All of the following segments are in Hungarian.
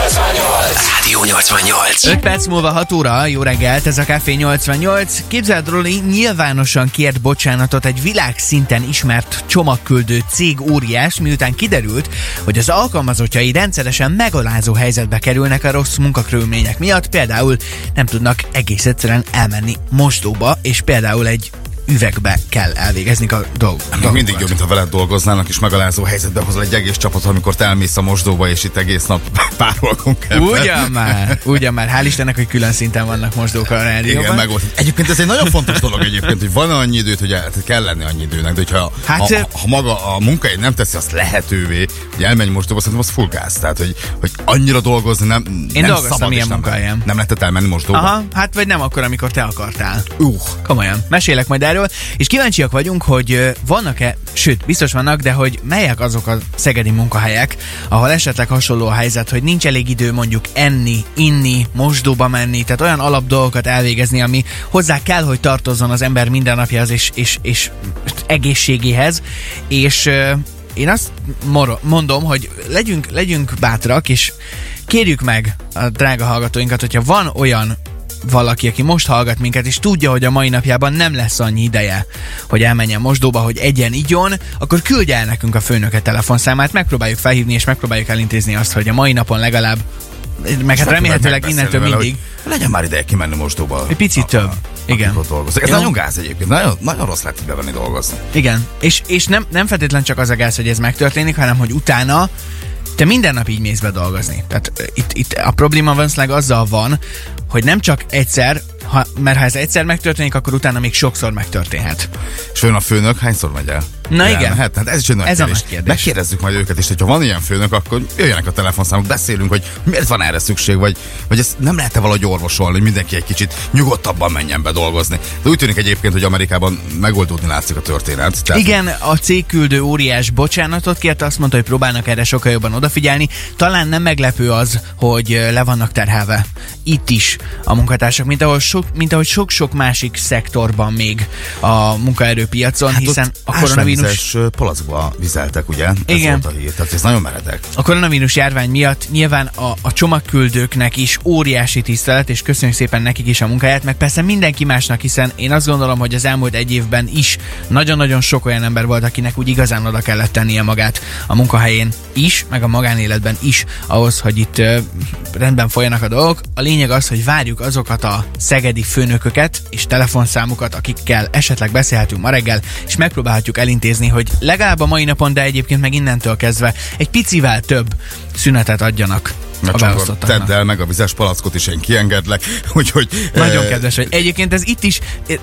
Rádió 88. 5 perc múlva 6 óra, jó reggelt, ez a Café 88. Képzeld, Roli nyilvánosan kért bocsánatot egy világszinten ismert csomagküldő cég óriás, miután kiderült, hogy az alkalmazottjai rendszeresen megalázó helyzetbe kerülnek a rossz munkakörülmények miatt, például nem tudnak egész egyszerűen elmenni mosdóba, és például egy üvegbe kell elvégezni a dolgokat. Mindig jobb, mintha veled dolgoznának, és megalázó helyzetbe hozol egy egész csapat, amikor te elmész a mosdóba, és itt egész nap párolgunk ebben. Ugyan már, hál' Istennek, hogy külön szinten vannak mosdók a rádióban. Igen, megold. Egyébként ez egy nagyon fontos dolog egyébként, hogy van annyi időt, hogy kell lenni annyi időnek, de hogyha ha maga a munkáid nem teszi azt lehetővé, hogy elmenj mosdóba, szerintem az full gáz. Tehát, hogy annyira dolgozni nem dolgoztam ilyen munkahelyen. Nem lehetett elmenni mosdóba? Aha, hát vagy nem akkor, amikor te akartál. Komolyan. Mesélek majd erről, és kíváncsiak vagyunk, hogy vannak-e, sőt, biztos vannak, de hogy melyek azok a szegedi munkahelyek, ahol esetleg hasonló a helyzet, hogy nincs elég idő mondjuk enni, inni, mosdóba menni, tehát olyan alap dolgokat elvégezni, ami hozzá kell, hogy tartozzon az ember mindennapjához és egészségéhez, és én azt mondom, hogy legyünk bátrak, és kérjük meg a drága hallgatóinkat, hogyha van olyan valaki, aki most hallgat minket, és tudja, hogy a mai napjában nem lesz annyi ideje, hogy elmenjen mosdóba, hogy egyen, igyon, akkor küldje el nekünk a főnöke telefonszámát, megpróbáljuk felhívni, és megpróbáljuk elintézni azt, hogy a mai napon legalább, meg hát remélhetőleg innentől mindig. Legyen már ideje kimenni mosdóba. Egy picit több. Igen. Ez nagyon gáz egyébként. Nagyon rossz lehet bevenni dolgozni. Igen. És nem feltétlen csak az a gáz, hogy ez megtörténik, hanem hogy utána te minden nap így mész be dolgozni. Tehát itt a probléma valószínűleg azzal van, hogy nem csak egyszer, mert ha ez egyszer megtörténik, akkor utána még sokszor megtörténhet. És olyan a főnök hányszor megy el? Na igen. Hát ez is egy nagy kérdés. Megkérdezzük majd őket is, hogyha van ilyen főnök, akkor jöjjenek a telefonszámok, beszélünk, hogy miért van erre szükség, vagy ezt nem lehet-e valahogy orvosolni, hogy mindenki egy kicsit nyugodtabban menjen be dolgozni. De úgy tűnik egyébként, hogy Amerikában megoldódni látszik a történet. Tehát igen, a cégküldő óriás bocsánatot kért, azt mondta, hogy próbálnak erre sokkal jobban odafigyelni. Talán nem meglepő az, hogy le vannak terhelve itt is a munkatársak, mint ahogy sok-sok másik szektorban még a munkaerőpiacon, hát hiszen a koronavírus palackba vizeltek, ugye? Igen. Ez volt a hír, tehát ez nagyon meredek. A koronavírus járvány miatt nyilván a csomagküldőknek is óriási tisztelet, és köszönjük szépen nekik is a munkáját, meg persze mindenki másnak, hiszen én azt gondolom, hogy az elmúlt egy évben is nagyon-nagyon sok olyan ember volt, akinek úgy igazán oda kellett tennie magát a munkahelyén is, meg a magánéletben is, ahhoz, hogy itt rendben folyanak a dolgok. A lényeg az, hogy várjuk azokat a szegedi főnököket és telefonszámukat, akikkel esetleg beszélhetünk ma reggel, és megpróbálhatjuk elintézni, hogy legalább a mai napon, de egyébként meg innentől kezdve egy picivel több szünetet adjanak a beosztottaknak. Tedd el meg a vizes palackot, és én kiengedlek, úgyhogy... Nagyon kedves vagy. Egyébként ez itt is,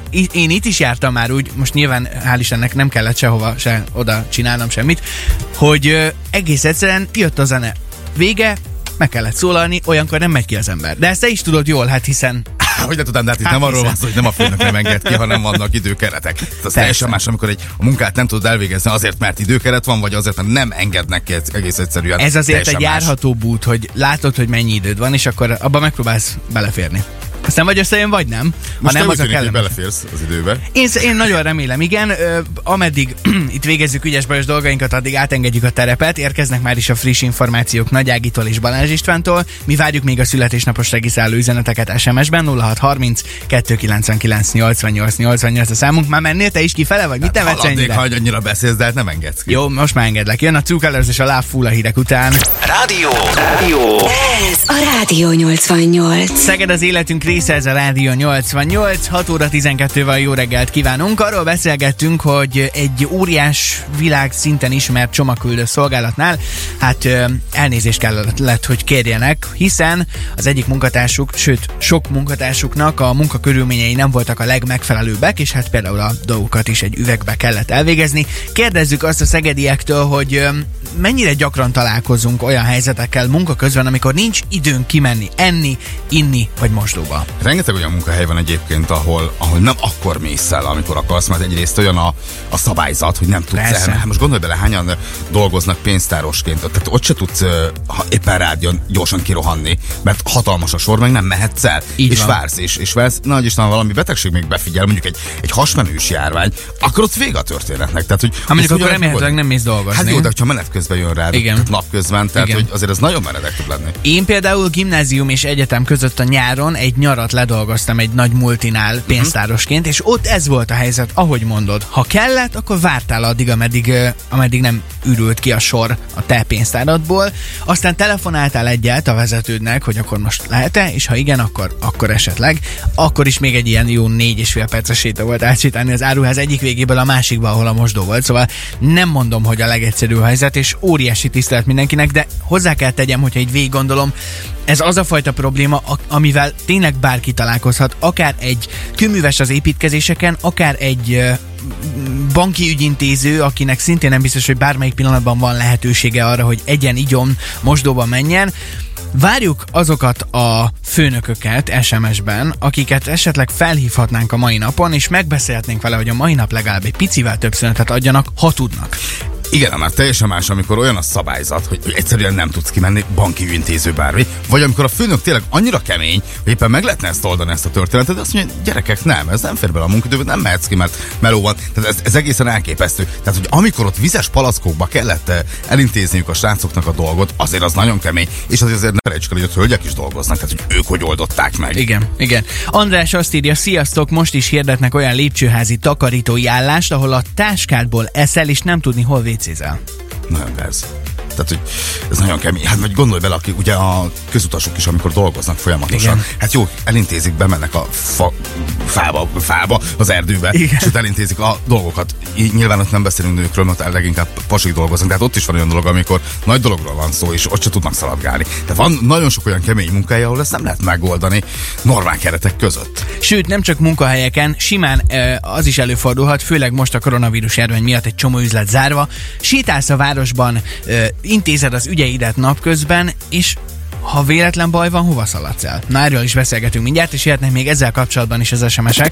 én itt is jártam már úgy, most nyilván hál' Istennek nem kellett sehova se oda csinálnom semmit, hogy egész egyszerűen jött a zene vége, meg kellett szólalni, olyankor nem megy ki az ember. De ezt te is tudod jól, hát hiszen... Hogy ne tudám, de hát itt nem arról van szó, hogy nem a főnök nem enged ki, hanem vannak időkeretek. Ez teljesen más, amikor a munkát nem tudod elvégezni azért, mert időkeret van, vagy azért, mert nem engednek ki egész egyszerűen. Ez azért egy járható út, hogy látod, hogy mennyi időd van, és akkor abba megpróbálsz beleférni. Aztán vagy összejön, vagy nem. Most nem az a kellene. Beleférsz az időbe. Én nagyon remélem, igen. Ameddig itt végezzük ügyes-bajos dolgainkat, addig átengedjük a terepet. Érkeznek már is a friss információk Nagy Ágitól és Balázs Istvántól. Mi várjuk még a születésnapos regisztráló üzeneteket SMS-ben 0630 299 88 88 a számunk. Már mennél te is kifele, vagy mit nevetsz ennyire? Haladj, annyira beszélsz, de hát nem engedsz ki. Jó, most már engedlek. Jön a True Colors és a Love Full a hírek után. Rádió. Ez a Rádió 88. Szeged az életünk része, ez a Rádió 88. 6 óra 12-vel jó reggelt kívánunk. Arról beszélgettünk, hogy egy óriás világ szinten ismert csomagküldő szolgálatnál elnézést kellett, hogy kérjenek, hiszen az egyik munkatársuk, sőt sok munkatársuknak a munkakörülményei nem voltak a legmegfelelőbbek, és hát például a dolgokat is egy üvegbe kellett elvégezni. Kérdezzük azt a szegediektől, hogy mennyire gyakran találkozunk olyan helyzetekkel munka közben, amikor nincs időnk kimenni, enni, inni vagy mosdóba. Rengeteg olyan munkahely van egyébként, ahol nem akkor mész el, amikor akarsz, mert egyrészt olyan a szabályzat, hogy nem tudsz el. Hát most gondolj bele, hányan dolgoznak pénztárosként, tehát ott se tudsz éppen rád jön gyorsan kirohanni, mert hatalmas a sor, meg nem mehetsz el. Így és van. vársz, és vársz, nagy Isten, valami betegség még befigyel, mondjuk egy hasmenős járvány, akkor ott vége a történetnek. Tehát, hogy mondjuk akkor remélhetőleg nem mész dolgozni. Hát jó, de ha menet közben jön rád, Igen. napközben, tehát Igen. hogy azért ez nagyon meredek tud lenni. Én például gimnázium és egyetem között a nyáron egy nyarat ledolgoztam egy nagy multinál pénztárosként, és ott ez volt a helyzet, ahogy mondod. Ha kellett, akkor vártál addig, ameddig nem ürült ki a sor a te pénztáradból, aztán telefonáltál egyet a vezetődnek, hogy akkor most lehet-e, és ha igen, akkor esetleg. Akkor is még egy ilyen jó 4,5 perces séta volt átsétálni az áruház egyik végéből a másikba, ahol a mosdó volt. Szóval nem mondom, hogy a legegyszerűbb helyzet, és óriási tisztelet mindenkinek, de hozzá kell tegyem, hogyha így végig gondolom, ez az a fajta probléma, amivel tényleg bárki találkozhat, akár egy kőműves az építkezéseken, akár egy banki ügyintéző, akinek szintén nem biztos, hogy bármelyik pillanatban van lehetősége arra, hogy egyen, igyon, mosdóba menjen. Várjuk azokat a főnököket SMS-ben, akiket esetleg felhívhatnánk a mai napon, és megbeszélhetnénk vele, hogy a mai nap legalább egy picivel több szünetet adjanak, ha tudnak. Igen, már teljesen más, amikor olyan a szabályzat, hogy egyszerűen nem tudsz kimenni, banki ügyintéző bármi, vagy amikor a főnök tényleg annyira kemény, hogy éppen meg lehetne ezt oldani, ezt a történetet, de azt mondja, gyerekek, nem, ez nem fér bele a munkaidőbe, nem mehetsz ki, mert meló van. Tehát ez egészen elképesztő. Tehát, hogy amikor ott vizes palackokba kellett elintézniük a srácoknak a dolgot, azért az nagyon kemény, és azért ne felejtsük el, hogy a hölgyek is dolgoznak, tehát hogy ők hogy oldották meg. Igen. András azt írja, sziasztok, most is hirdetnek olyan lépcsőházi takarítói állást, ahol a táskádból eszel, és nem tudni, hol vécézel. Nagyon gáz. Tehát, hogy ez nagyon kemény. Hát vagy gondolj bele, akik ugye a közutasok is, amikor dolgoznak folyamatosan. Igen. Hát jó, elintézik, bemennek a fába, az erdőbe, Igen. és ott elintézik a dolgokat. Nyilván ott nem beszélünk nőkről, mert leginkább pasik dolgoznak, tehát ott is van olyan dolog, amikor nagy dologról van szó, és ott se tudnak szaladgálni. Tehát van nagyon sok olyan kemény munkája, ahol ezt nem lehet megoldani normál keretek között. Sőt, nem csak munkahelyeken, simán az is előfordulhat, főleg most a koronavírus járvány miatt egy csomó üzlet zárva. Sétálsz a városban, intézed az ügyeidet napközben, és ha véletlen baj van, hova szaladsz el? Na, erről is beszélgetünk mindjárt, és jöhetnek még ezzel kapcsolatban is az SMS-ek.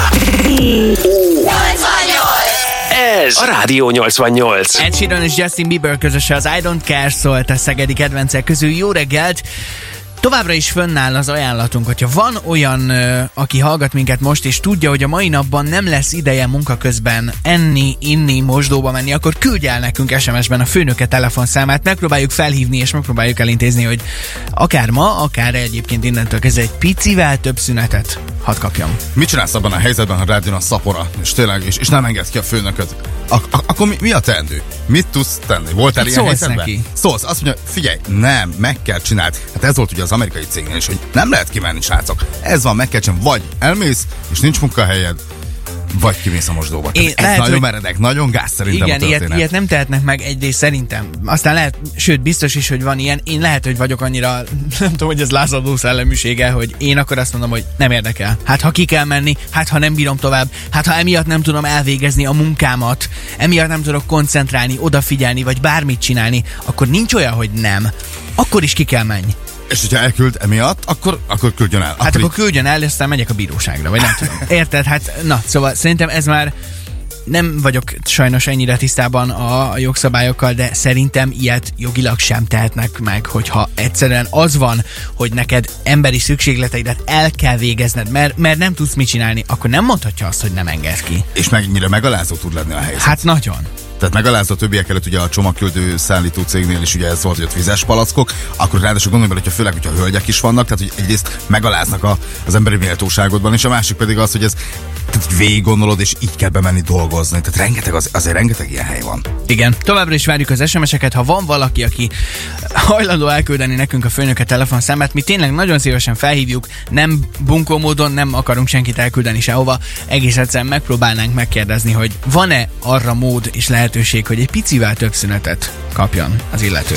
Ez a Rádió 88. Ed Sheeran és Justin Bieber közösen az I Don't Care szólt a szegedi kedvencek közül. Jó reggelt! Továbbra is fönnáll az ajánlatunk, hogyha van olyan, aki hallgat minket most, és tudja, hogy a mai napban nem lesz ideje munka közben enni, inni, mosdóba menni, akkor küldj el nekünk SMS-ben a főnöke telefonszámát, megpróbáljuk felhívni, és megpróbáljuk elintézni, hogy akár ma, akár egyébként innentől kezdve egy picivel több szünetet hadd kapjam. Mit csinálsz abban a helyzetben, ha rád jön a szapora, és tényleg, és nem enged ki a főnököt? Akkor mi a teendő? Mit tudsz tenni? Voltál ilyen helyzetben? Neki. Szólsz, azt mondja, figyelj, nem, meg kell csinálni. Hát ez volt ugye az amerikai cégnél is, hogy nem lehet kimenni, srácok. Ez van, meg kell csinálni. Vagy elmész, és nincs munkahelyed, vagy kimész a mosdóba. Ez lehet, nagyon meredek, nagyon gáz szerintem. Igen, a történet. ilyet nem tehetnek meg egyrészt szerintem. Aztán lehet, sőt, biztos is, hogy van ilyen. Én lehet, hogy vagyok annyira, nem tudom, hogy ez lázadó szelleműsége, hogy én akkor azt mondom, hogy nem érdekel. Hát ha ki kell menni, hát ha nem bírom tovább, hát ha emiatt nem tudom elvégezni a munkámat, emiatt nem tudok koncentrálni, odafigyelni, vagy bármit csinálni, akkor nincs olyan, hogy nem. Akkor is ki kell menni. És hogyha elküld emiatt, akkor küldjön el. Hát akkor küldjön el, aztán megyek a bíróságra, vagy nem tudom. Érted? Hát na, szóval szerintem ez már nem vagyok sajnos ennyire tisztában a jogszabályokkal, de szerintem ilyet jogilag sem tehetnek meg, hogyha egyszerűen az van, hogy neked emberi szükségleteidet el kell végezned, mert nem tudsz mit csinálni, akkor nem mondhatja azt, hogy nem enged ki. És mennyire megalázó tud lenni a helyzet. Hát nagyon. Tehát megalázó a többiek előtt ugye a csomagküldő szállító cégnél is ugye ez volt, hogy ott vizes palackok, akkor ráadásul gondolj bele, hogyha főleg, hogyha hölgyek is vannak, tehát hogy egyrészt megaláznak az emberi méltóságodban, és a másik pedig az, hogy ez tehát végig gondolod, és így kell bemenni dolgozni. Tehát azért rengeteg ilyen hely van. Igen, továbbra is várjuk az SMS-eket, ha van valaki, aki hajlandó elküldeni nekünk a főnöke telefonszámát, mi tényleg nagyon szívesen felhívjuk, nem bunkó módon, nem akarunk senkit elküldeni sehova, egész egyszerűen megpróbálnánk megkérdezni, hogy van-e arra mód és lehetőség, hogy egy picivel több szünetet kapjon az illető.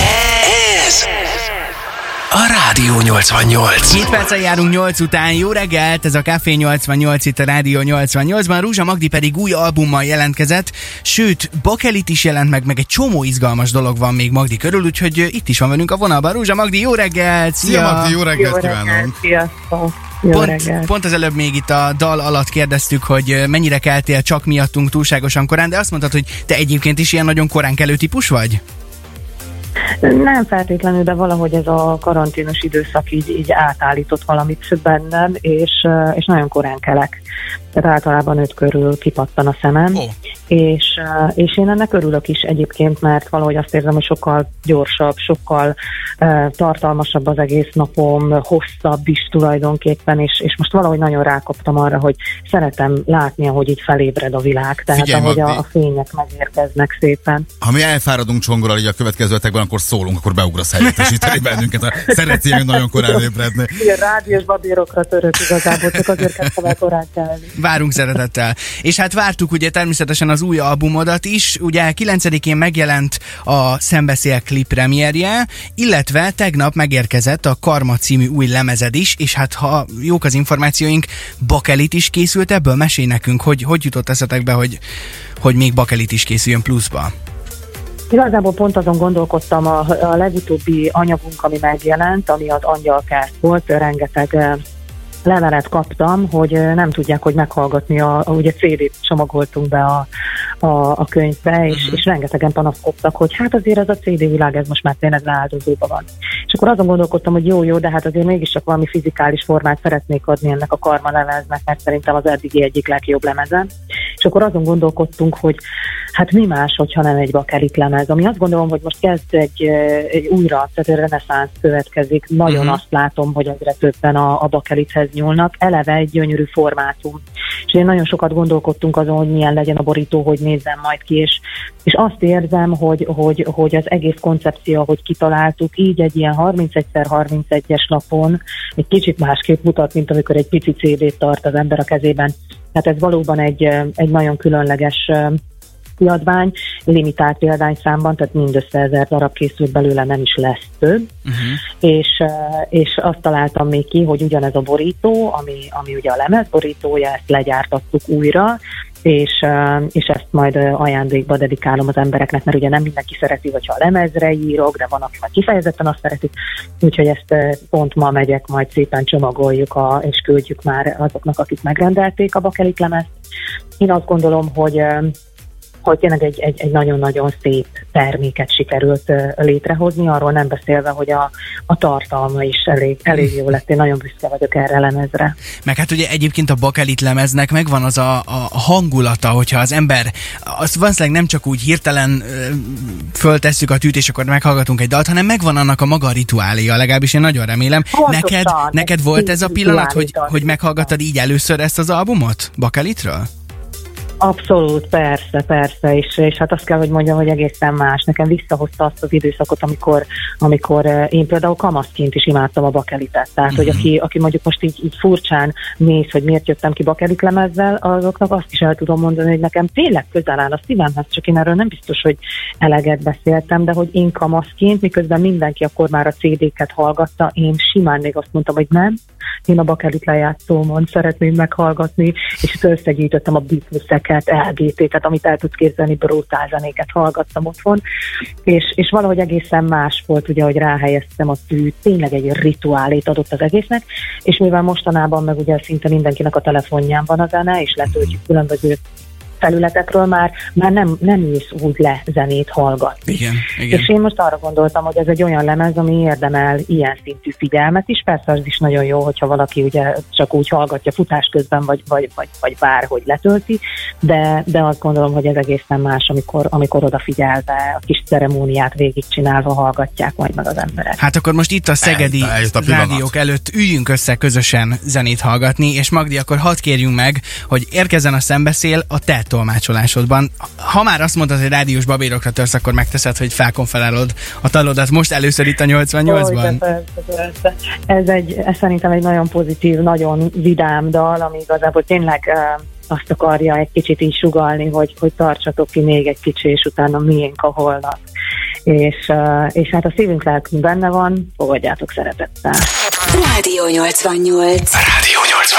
Ez a Rádió 88. 7 perccel járunk 8 után. Jó reggelt, ez a Café 88 itt a Rádió 88-ban. Rózsa Magdi pedig új albummal jelentkezett, sőt, bakelit is jelent meg egy csomó izgalmas dolog van még Magdi körül, úgyhogy itt is van velünk a vonalban. Rózsa Magdi, jó reggelt! Szia Magdi, jó reggelt kívánok! Sziasztok! Pont az előbb még itt a dal alatt kérdeztük, hogy mennyire keltél csak miattunk túlságosan korán, de azt mondtad, hogy te egyébként is ilyen nagyon korán kelő típus vagy? Nem feltétlenül, de valahogy ez a karanténos időszak így átállított valamit bennem, és nagyon korán kelek. Tehát általában 5 körül kipattan a szemem, és én ennek örülök is egyébként, mert valahogy azt érzem, hogy sokkal gyorsabb, sokkal tartalmasabb az egész napom, hosszabb is tulajdonképpen, és most valahogy nagyon rákaptam arra, hogy szeretem látni, ahogy így felébred a világ, tehát figyelj, ahogy a fények megérkeznek szépen. Ha mi elfáradunk Csongorral így a következő hetekben, akkor szólunk, akkor beugrasz helyettesíteni bennünket, ha szeretsz ilyen nagyon korán ébredni. Igen, rádiós babérokra török igazából, csak azért kezdtem el korán kelni. Várunk szeretettel. És hát vártuk ugye természetesen az új albumodat is, ugye 9-én megjelent a Szembeszél klip premierje, illetve tegnap megérkezett a Karma című új lemezed is, és hát ha jók az információink, bakelit is készült ebből, mesélj nekünk, hogy jutott eszetekbe, hogy még bakelit is készüljön pluszba. Igazából pont azon gondolkodtam, a legutóbbi anyagunk, ami megjelent, ami az Angyalkert volt, rengeteg levelet kaptam, hogy nem tudják, hogy meghallgatni, ugye CD-t csomagoltunk be a könyvbe, és rengetegen panaszkodtak, hogy hát azért ez a CD világ, ez most már tényleg leáldozóban van. És akkor azon gondolkodtam, hogy jó, de hát azért mégiscsak valami fizikális formát szeretnék adni ennek a Karma lemeznek, mert szerintem az eddigi egyik legjobb lemezem. És akkor azon gondolkodtunk, hogy hát mi más, hogyha nem egy bakelit lemez, ami azt gondolom, hogy most kezd egy újra, tehát egy reneszánsz következik. Nagyon azt látom, hogy egyre többen a bakelithez nyúlnak. Eleve egy gyönyörű formátum. És én nagyon sokat gondolkodtunk azon, hogy milyen legyen a borító, hogy nézzen majd ki, és azt érzem, hogy az egész koncepció, hogy kitaláltuk, így egy ilyen 31x31-es lapon egy kicsit másképp mutat, mint amikor egy pici CD-t tart az ember a kezében. Tehát ez valóban egy nagyon különleges kiadvány, limitált példányszámban, tehát mindössze 1000 darab készült belőle, nem is lesz több. És azt találtam még ki, hogy ugyanez a borító, ami ugye a lemez borítója, ezt legyártattuk újra, és ezt majd ajándékba dedikálom az embereknek, mert ugye nem mindenki szereti, hogyha a lemezre írok, de van, aki már kifejezetten azt szereti, úgyhogy ezt pont ma megyek, majd szépen csomagoljuk és küldjük már azoknak, akik megrendelték a bakelit lemezt. Én azt gondolom, hogy tényleg egy nagyon-nagyon szép terméket sikerült létrehozni, arról nem beszélve, hogy a tartalma is elég jó lett. Én nagyon büszke vagyok erre a lemezre. Meg hát ugye egyébként a bakelit lemeznek megvan az a hangulata, hogyha az ember, azt valószínűleg nem csak úgy hirtelen föltesszük a tűt, és akkor meghallgatunk egy dalt, hanem megvan annak a maga rituáléja, legalábbis én nagyon remélem. Neked volt ez a pillanat, hogy meghallgattad így először ezt az albumot bakelitről? Abszolút, persze, és hát azt kell, hogy mondjam, hogy egészen más. Nekem visszahozta azt az időszakot, amikor én például kamaszként is imádtam a bakelitet. Tehát, hogy aki mondjuk most így furcsán néz, hogy miért jöttem ki bakelit lemezzel, azoknak azt is el tudom mondani, hogy nekem tényleg közel áll a szívemhez, csak én erről nem biztos, hogy eleget beszéltem, de hogy én kamaszként, miközben mindenki akkor már a CD-ket hallgatta, én simán még azt mondtam, hogy nem, én a bakelit lejátszómon szeretném meghallgatni, és itt összegyűjtöttem a Beatleseket, LGT-ket, amit el tudsz képzelni, brutál zenéket hallgattam otthon, és valahogy egészen más volt, ugye, hogy ráhelyeztem a tűt, tényleg egy rituálét adott az egésznek, és mivel mostanában meg ugye szinte mindenkinek a telefonján van a zene, és letöltjük különböző felületekről, már nem ülsz úgy le zenét hallgatni. Igen. És én most arra gondoltam, hogy ez egy olyan lemez, ami érdemel ilyen szintű figyelmet is. Persze az is nagyon jó, hogyha valaki ugye csak úgy hallgatja futás közben, vagy bárhogy letölti, de azt gondolom, hogy ez egészen más, amikor odafigyelve, a kis ceremóniát végigcsinálva hallgatják majd meg az emberek. Hát akkor most itt a szegedi rádiók előtt üljünk össze közösen zenét hallgatni, és Magdi, akkor hadd kérjünk meg, hogy érkezzen a Szembeszél a te tolmácsolásodban. Ha már azt mondtad, hogy rádiós babérokra törsz, akkor megteszed, hogy felkonferálod a talodat most először itt a 88-ban. Persze. Ez szerintem egy nagyon pozitív, nagyon vidám dal, ami igazából tényleg azt akarja egy kicsit így sugallni, hogy tartsatok ki még egy kicsi, és utána miénk a holnap. És hát a szívünk, lelkünk benne van, fogadjátok szeretettel. Rádió 88. Rádió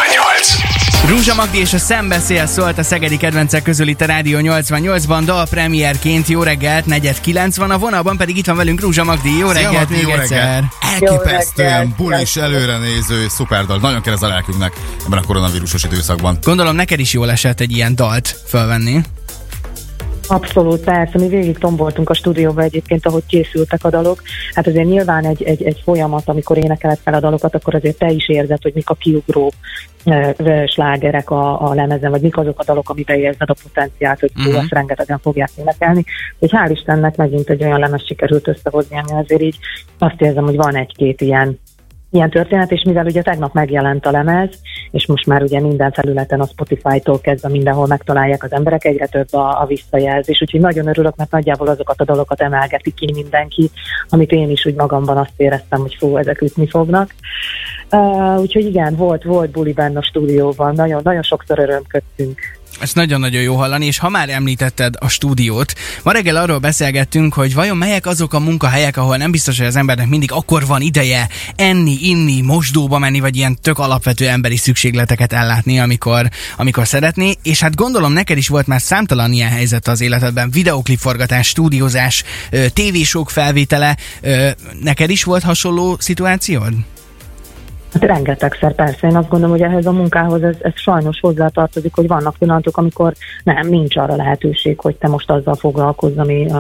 88. Rúzsa Magdi és a Szembeszél szólt a szegedi kedvencek közül itt a Rádió 88-ban, dalpremierként. Jó reggelt, 8:40 van a vonalban, pedig itt van velünk Rúzsa Magdi. Jó reggelt, még egyszer. Elképesztően bulis, előrenéző, szuper dal. Nagyon kell ez a lelkünknek ebben a koronavírusos időszakban. Gondolom neked is jól esett egy ilyen dalt fölvenni. Abszolút, persze, mi végig tomboltunk a stúdióba egyébként, ahogy készültek a dalok. Hát azért nyilván egy folyamat, amikor énekeled fel a dalokat, akkor azért te is érzed, hogy mik a kiugró slágerek a lemezen, vagy mik azok a dalok, amiben érzed a potenciált, hogy azt rengetegen fogják énekelni. És hál' Istennek megint egy olyan lemez sikerült összehozni, ami azért így azt érzem, hogy van egy-két ilyen történet, és mivel ugye tegnap megjelent a lemez, és most már ugye minden felületen a Spotify-tól kezdve mindenhol megtalálják az emberek, egyre több a visszajelzés, úgyhogy nagyon örülök, mert nagyjából azokat a dalokat emelgeti ki mindenki, amit én is úgy magamban azt éreztem, hogy ezek ütni fognak. Úgyhogy igen, volt buli benne a stúdióban, nagyon sokszor örömködtünk. Ez nagyon-nagyon jó hallani, és ha már említetted a stúdiót, ma reggel arról beszélgettünk, hogy vajon melyek azok a munkahelyek, ahol nem biztos, hogy az embernek mindig akkor van ideje enni, inni, mosdóba menni, vagy ilyen tök alapvető emberi szükségleteket ellátni, amikor szeretné, és hát gondolom neked is volt már számtalan ilyen helyzet az életedben, videóklipforgatás, stúdiózás, tévésók felvétele, neked is volt hasonló szituációd? Hát rengetegszer, persze. Én azt gondolom, hogy ehhez a munkához ez sajnos hozzátartozik, hogy vannak pillanatok, amikor nincs arra lehetőség, hogy te most azzal foglalkozz,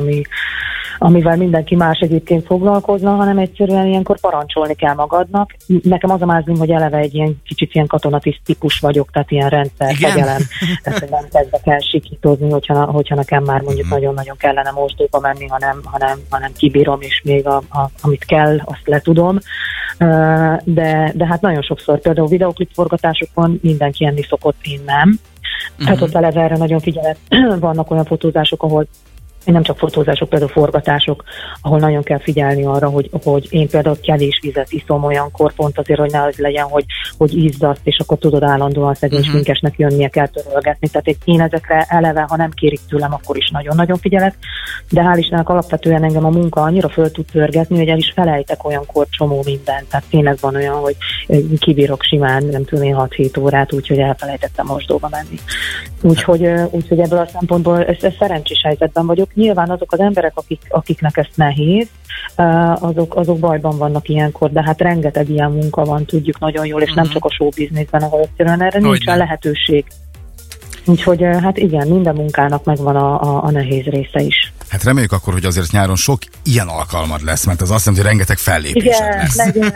amivel mindenki más egyébként foglalkozna, hanem egyszerűen ilyenkor parancsolni kell magadnak. Nekem az a mázlim, hogy eleve egy ilyen kicsit ilyen katonatiszt típus vagyok, tehát ilyen rendszerfegyelem, tehát hogy nem kezdve kell sikítozni, hogyha nekem már mondjuk nagyon-nagyon kellene mosdóba menni, hanem kibírom, és még amit kell, azt letudom. De hát nagyon sokszor például videóklipforgatásokon mindenki enni szokott, én nem. Tehát ott eleve erre nagyon figyelek. Vannak olyan fotózások, ahol nem csak fotózások, például forgatások, ahol nagyon kell figyelni arra, hogy én például kevés vizet iszom olyankor, pont azért, hogy ne az legyen, hogy izzaszt, és akkor tudod állandóan szegény sminkesnek jönnie kell törölgetni. Tehát én ezekre eleve, ha nem kérik tőlem, akkor is nagyon-nagyon figyelek, de hál' Istennek alapvetően engem a munka annyira föl tud törgetni, hogy el is felejtek olyankor csomó mindent. Tehát tényleg van olyan, hogy kibírok simán, nem tudom én 6-7 órát, úgyhogy elfelejtettem mosdóba menni. Úgyhogy ebből a szempontból ez szerencsés helyzetben vagyok. Nyilván azok az emberek, akiknek ez nehéz, azok bajban vannak ilyenkor, de hát rengeteg ilyen munka van, tudjuk nagyon jól, és nem csak a showbizniszben, ahol egyszerűen erre nincsen lehetőség. Úgyhogy hát igen, minden munkának megvan a nehéz része is. Hát reméljük akkor, hogy azért nyáron sok ilyen alkalmad lesz, mert az azt jelenti, hogy rengeteg fellépésed lesz. Legyen.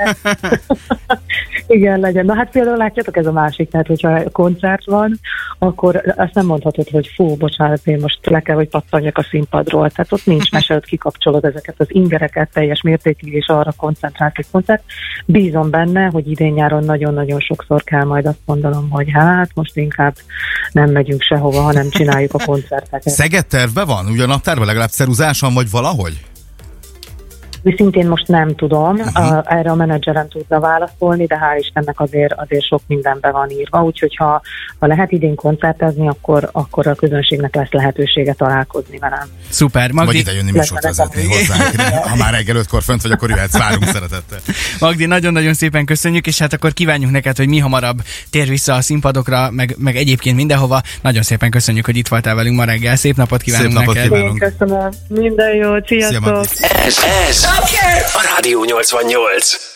Igen, legyen. Na hát például látjátok, ez a másik, tehát hogyha koncert van, akkor azt nem mondhatod, hogy bocsánat, én most le kell, hogy pattanjak a színpadról. Tehát ott nincs mese, ott kikapcsolod ezeket az ingereket teljes mértékig, és arra koncentrálsz egy koncert. Bízom benne, hogy idén-nyáron nagyon-nagyon sokszor kell majd azt mondanom, hogy hát most inkább nem megyünk sehova, hanem csináljuk a koncerteket. Szeged tervben van? Ugye a naptárban legalább ceruzásan, vagy valahogy? Szintén most nem tudom, erre a menedzserem tudna válaszolni, de hál' Istennek azért sok mindenbe van írva, úgyhogy ha lehet idén koncertezni, akkor a közönségnek lesz lehetősége találkozni velem. Szuper, Magdi. Vagy ide jönni műsort vezetni hozzánk. Ha már reggel 5-kor fönt vagy, akkor jöhetsz, várunk szeretettel. Magdi, nagyon-nagyon szépen köszönjük, és hát akkor kívánjuk neked, hogy mi hamarabb tér vissza a színpadokra, meg egyébként mindenhova. Nagyon szépen köszönjük, hogy itt voltál velünk ma reggel. Szép napot kívánunk neked. Én köszönöm. Minden jót, sziasztok! Ez a Rádió 88.